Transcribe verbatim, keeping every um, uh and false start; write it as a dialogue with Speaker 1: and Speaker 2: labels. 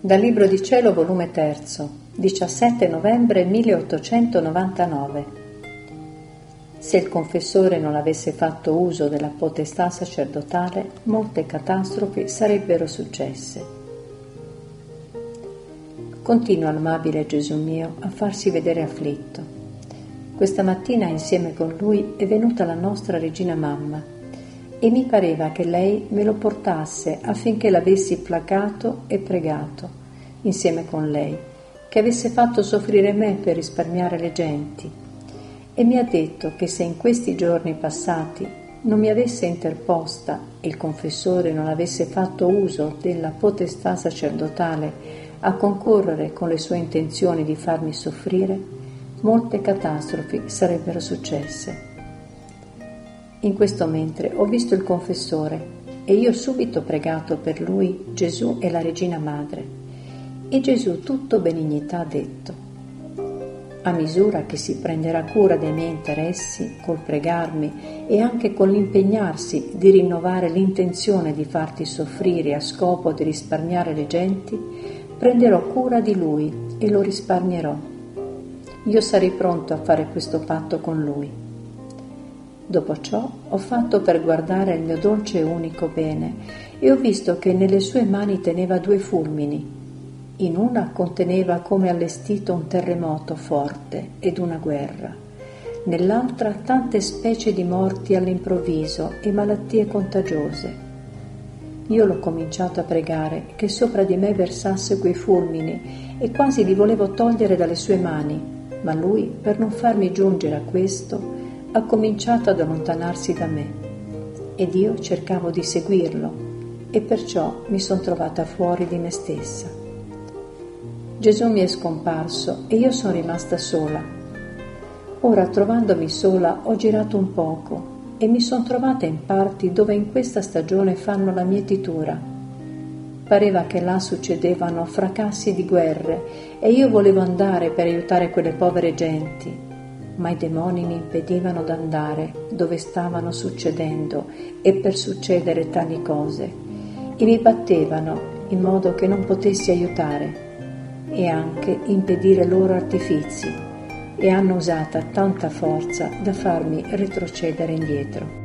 Speaker 1: Dal Libro di Cielo, volume tre, diciassette novembre milleottocentonovantanove. Se il confessore non avesse fatto uso della potestà sacerdotale, molte catastrofi sarebbero successe. Continua l'amabile Gesù mio a farsi vedere afflitto. Questa mattina insieme con lui è venuta la nostra Regina Mamma e mi pareva che lei me lo portasse affinché l'avessi placato e pregato, insieme con lei, che avesse fatto soffrire me per risparmiare le genti, e mi ha detto che se in questi giorni passati non mi avesse interposta e il confessore non avesse fatto uso della potestà sacerdotale a concorrere con le sue intenzioni di farmi soffrire, molte catastrofi sarebbero successe. In questo mentre ho visto il confessore e io subito pregato per lui Gesù e la Regina Madre, e Gesù tutto benignità ha detto: a misura che si prenderà cura dei miei interessi col pregarmi e anche con l'impegnarsi di rinnovare l'intenzione di farti soffrire a scopo di risparmiare le genti, prenderò cura di lui e lo risparmierò. Io sarei pronto a fare questo patto con lui. Dopo ciò ho fatto per guardare il mio dolce e unico bene e ho visto che nelle sue mani teneva due fulmini. In una conteneva come allestito un terremoto forte ed una guerra, nell'altra tante specie di morti all'improvviso e malattie contagiose. Io l'ho cominciato a pregare che sopra di me versasse quei fulmini e quasi li volevo togliere dalle sue mani, ma lui, per non farmi giungere a questo, ha cominciato ad allontanarsi da me ed io cercavo di seguirlo e perciò mi sono trovata fuori di me stessa. Gesù mi è scomparso e io sono rimasta sola. Ora, trovandomi sola, ho girato un poco e mi sono trovata in parti dove in questa stagione fanno la mietitura. Pareva che là succedevano fracassi di guerre e io volevo andare per aiutare quelle povere genti, ma i demoni mi impedivano d'andare dove stavano succedendo e per succedere tali cose, e mi battevano in modo che non potessi aiutare e anche impedire loro artifizi, e hanno usata tanta forza da farmi retrocedere indietro.